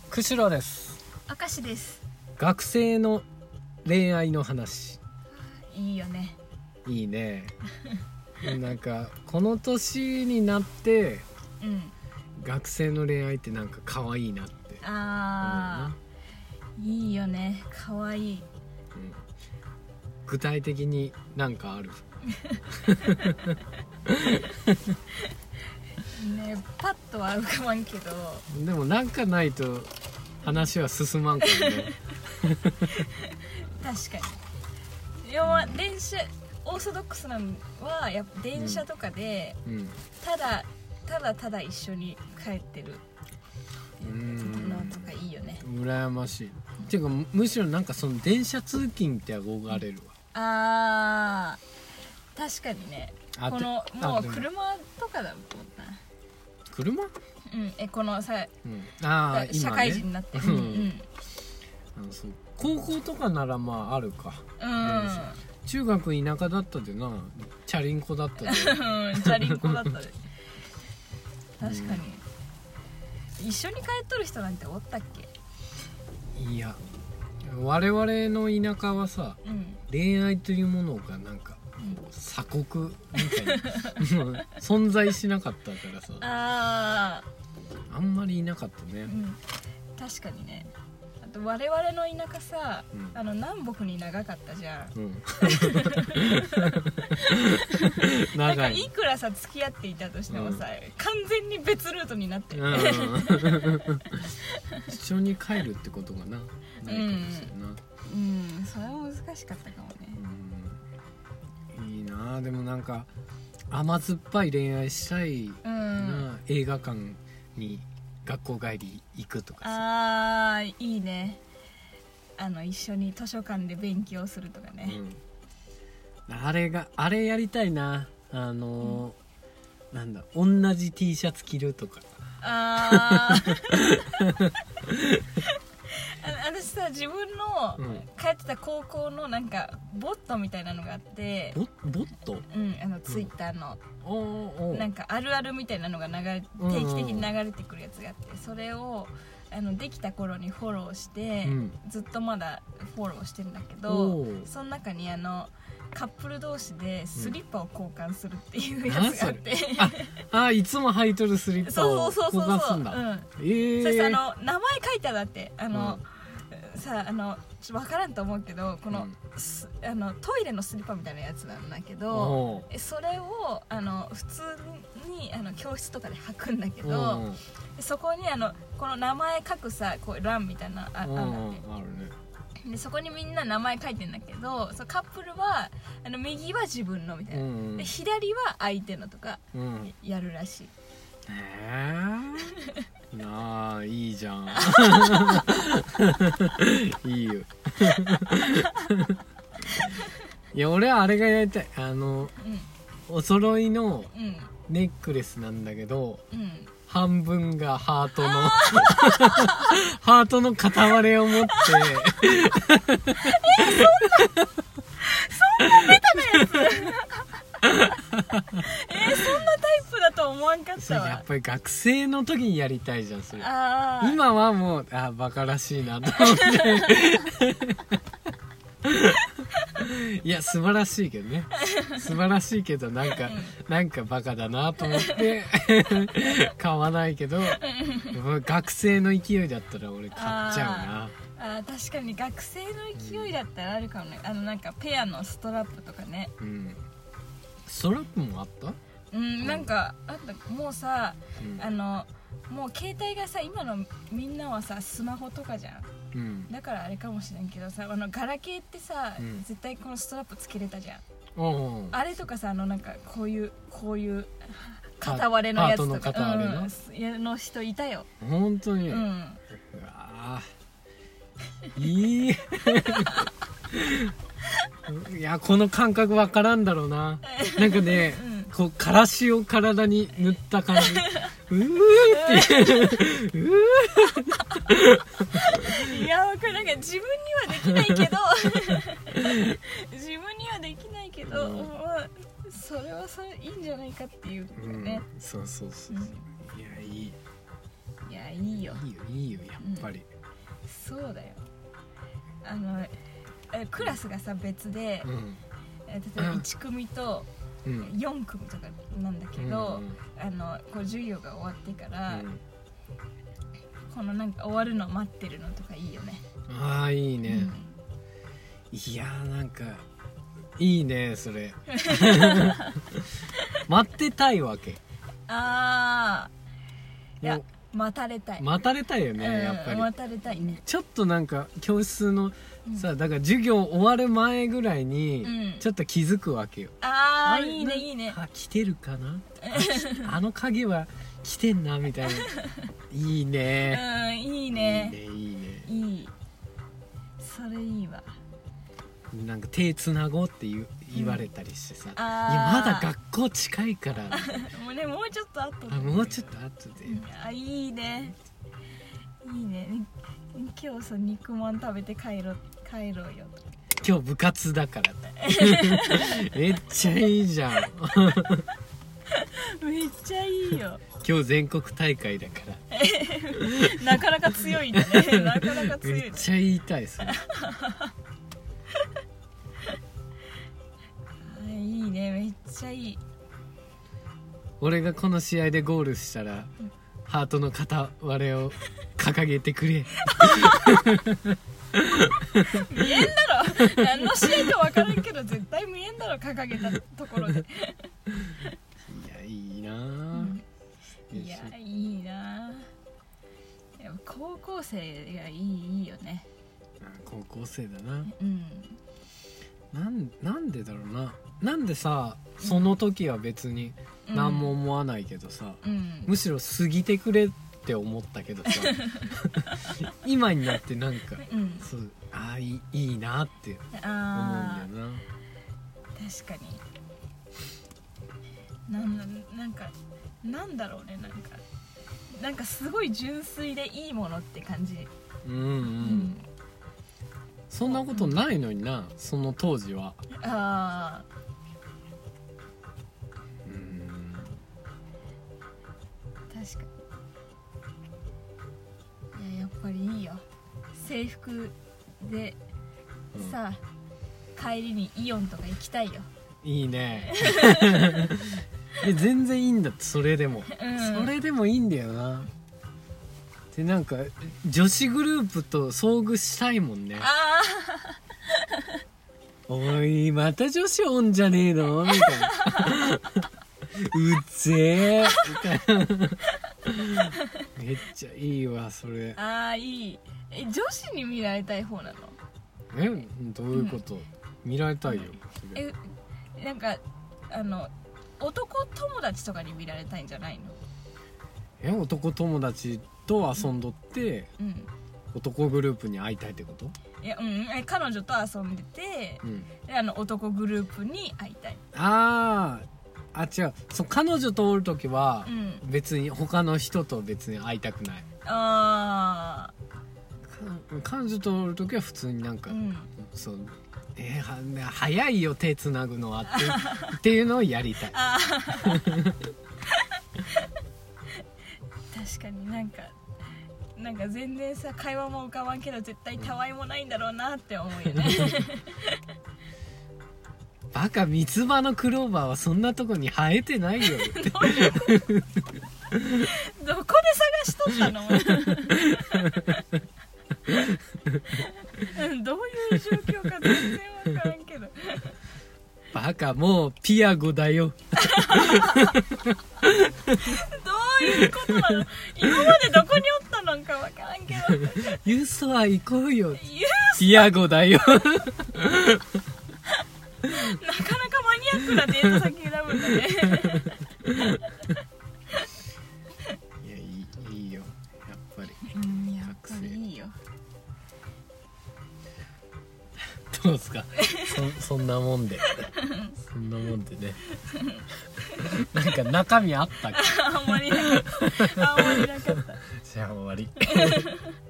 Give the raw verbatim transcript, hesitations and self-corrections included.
釧路です。 明石です。 学生の恋愛の話いいよね。 いいねなんかこの年になって、 うん、 学生の恋愛ってなんか可愛いなって。 あー、いいよね、可愛い、うん、 具体的になんかあるね、パッとは浮かばんけど、 でもなんかないと話は進まんからね確かに。要は電車、オーソドックスなのはやっぱ電車とかで、うん、ただただただ一緒に帰ってるのとかいいよね。 羨ましい。っていうかむしろなんかその電車通勤って憧れるわ。 あー、確かにね。このもう車とかだもんな。 車？うん、 えこのさ、 うん、あー社会人になって、 今ね、うんうん、あのそう高校とかならまああるか、うん、中学田舎だったでな、チャリンコだったでチャリンコだったで確かに、うん、一緒に帰っとる人なんておったっけ？ いや、我々の田舎はさ、うん、恋愛というものがなんか鎖国みたいなもう存在しなかったからさ、ああんまりいなかったね、うん、 確かにね。あと我々の田舎さ、うん、あの南北に長かったじゃん、うん、なんかいくらさ付き合っていたとしてもさ、うん、完全に別ルートになってる、うん、 一緒に帰るってことがなないかもしれんな、うん、 うん、それは難しかったかもね、 うん、いいな。でもなんか甘酸っぱい恋愛したいな、うん、映画館に学校帰り行くとかさ。 あー、いいね。あの一緒に図書館で勉強するとかね、 うん、あれがあれやりたいな。あのーうん、なんだ、同じ T シャツ着るとか。 あー私さ、自分の通ってた高校のなんかボットみたいなのがあって、 ボボット、 うん、あのツイッターの、うん、なんかあるあるみたいなのが流れ定期的に流れてくるやつがあって、それをあのできた頃にフォローして、うん、ずっとまだフォローしてるんだけど、その中にあのカップル同士でスリッパを交換するっていうやつがあって、 うん、ああ、いつも履いとるスリッパを交換するんだ。 そうそうそうそう、うん、えー、そしてあの名前書いてあるだってあの、うん、さあ、あのちょっと分からんと思うけど、この、うん、あのトイレのスリッパみたいなやつなんだけど、それをあの普通にあの教室とかで履くんだけど、そこにあのこの名前書くさ、こう欄みたいなあ、あるんだって。あるね。でそこにみんな名前書いてんだけど、そのカップルはあの右は自分のみたいな、うん、で左は相手のとかやるらしい、 うん、へえなあ、いいじゃんいいよいや、俺はあれがやりたい。あの、うん、お揃いのネックレスなんだけど、うん、半分がハートのハートの片割れを持ってえー、そんなそんなベタなやつえー、そんなタイプだと思わんかったわ。 やっぱり学生の時にやりたいじゃんそれ。あ、今はもうあバカらしいなと思っていや素晴らしいけどね、素晴らしいけどなんか、うん、なんかバカだなと思って買わないけど学生の勢いだったら俺買っちゃうな。 あ、確かに学生の勢いだったらあるかもね、うん、あのなんかペアのストラップとかね、うん、 ストラップもあった？ うん、なんかあった。もうさ、うん、あのもう携帯がさ、今のみんなはさスマホとかじゃん、うん、だからあれかもしれんけどさ、あのガラケーってさ、うん、絶対このストラップつけれたじゃん。おうおう、あれとかさ、あのなんかこういうこういう片割れのやつとか、 ハートの片割れの、 うん、の人いたよ本当に、うん、うわいいいや、この感覚わからんだろうな。なんかね、うん、こうからしを体に塗った感じうーってうーいや、これなんか自分にはできないけど自分にはできないけど、うん、それはそれいいんじゃないかっていうね、 うん、そうそうそう、うん、いや、いいいやいいよいいよいいよやっぱり、 うん、そうだよ。あのえクラスがさ別で、うん、例えばいち組とよん組とかなんだけど、うん、あのこう授業が終わってから、うん、このなんか終わるの待ってるのとかいいよね。 ああいいね、うん、いやーなんかいいねそれ待ってたいわけ。 ああいや待たれたい待たれたいよね、うん、やっぱり待たれたいね。 ちょっとなんか教室のさ、うん、だから授業終わる前ぐらいにちょっと気づくわけよ、 うん、ああいいねいいね。 あ来てるかなあ, あの影は来てんなみたいな。いいねうんいいねいいねいいねいい。それいいわ。 なんか手つなごうって言, 言われたりしてさ、うん、いやまだ学校近いからもうねもうちょっと後で、ね、 もうちょっと後で、 あいいねいいね。今日さ肉まん食べて帰ろう帰ろうよ。 今日部活だからめっちゃいいじゃんめっちゃいいよ。 今日全国大会だからなかなか強いんだねなかなか強い、ね、 めっちゃ言いたいそれいいねめっちゃいい。 俺がこの試合でゴールしたら、うん、ハートの片割れを掲げてくれ見えんだろ何の試合か分からんけど絶対見えんだろ掲げたところで。 いやいいな、うん、 いやいいな。やっぱ高校生がいいいいよね。 高校生だな。 うんなん、なんでだろうな。なんでさその時は別に何も思わないけどさ、うん、むしろ過ぎてくれって思ったけどさ今になってなんか、うん、そうああいい、いいなって思うんだよな。 確かになんなんかなんだろうねなんかなんかすごい純粋でいいものって感じ。 うんうん、うんそんなことないのにな、その当時は。 ああ。 うーん。 確かに。いややっぱりいいよ。制服でさ、うん、帰りにイオンとか行きたいよ。 いいね。全然いいんだってそれでも、うん、それでもいいんだよな。でなんか女子グループと遭遇したいもんね。 あおいまた女子おんじゃねえのみたいなうっぜえみたいなめっちゃいいわそれ。 ああいい。え女子に見られたい方なの？ えどういうこと、うん、見られたいよ。 えなんかあの男友達とかに見られたいんじゃないの？ え男友達と遊んどって、うんうん、男グループに会いたいってこと？ いや、うん、彼女と遊んでて、うん、であの男グループに会いたい。 ああ、あ違う。そう彼女とおるときは、うん、別に他の人と別に会いたくない。 ああ。 彼女とおるときは普通になんか、うん、そうえー、は早いよ手つなぐのはってっていうのをやりたい。あ確かになんかなんか全然さ会話も浮かばんけど絶対たわいもないんだろうなって思うよね。 バカ三つ葉のクローバーはそんなとこに生えてないよ。どこで探しとったの？どういう状況か全然分からんけど。 バカもうピアゴだよ。 どういうことなの？今までどこにおったのか分からんけど。 ユーストア行こうよ。ピアゴだよ。なかなかマニアックなデート先選ぶんだね。 いやいい、いいよやっぱり。 うんやっぱりいいよ。 どうですか そ, そんなもんでそんなもんでね。なんか中身あったっけ？ あんまりなかった。あんまりなかった。 じゃあ終わり。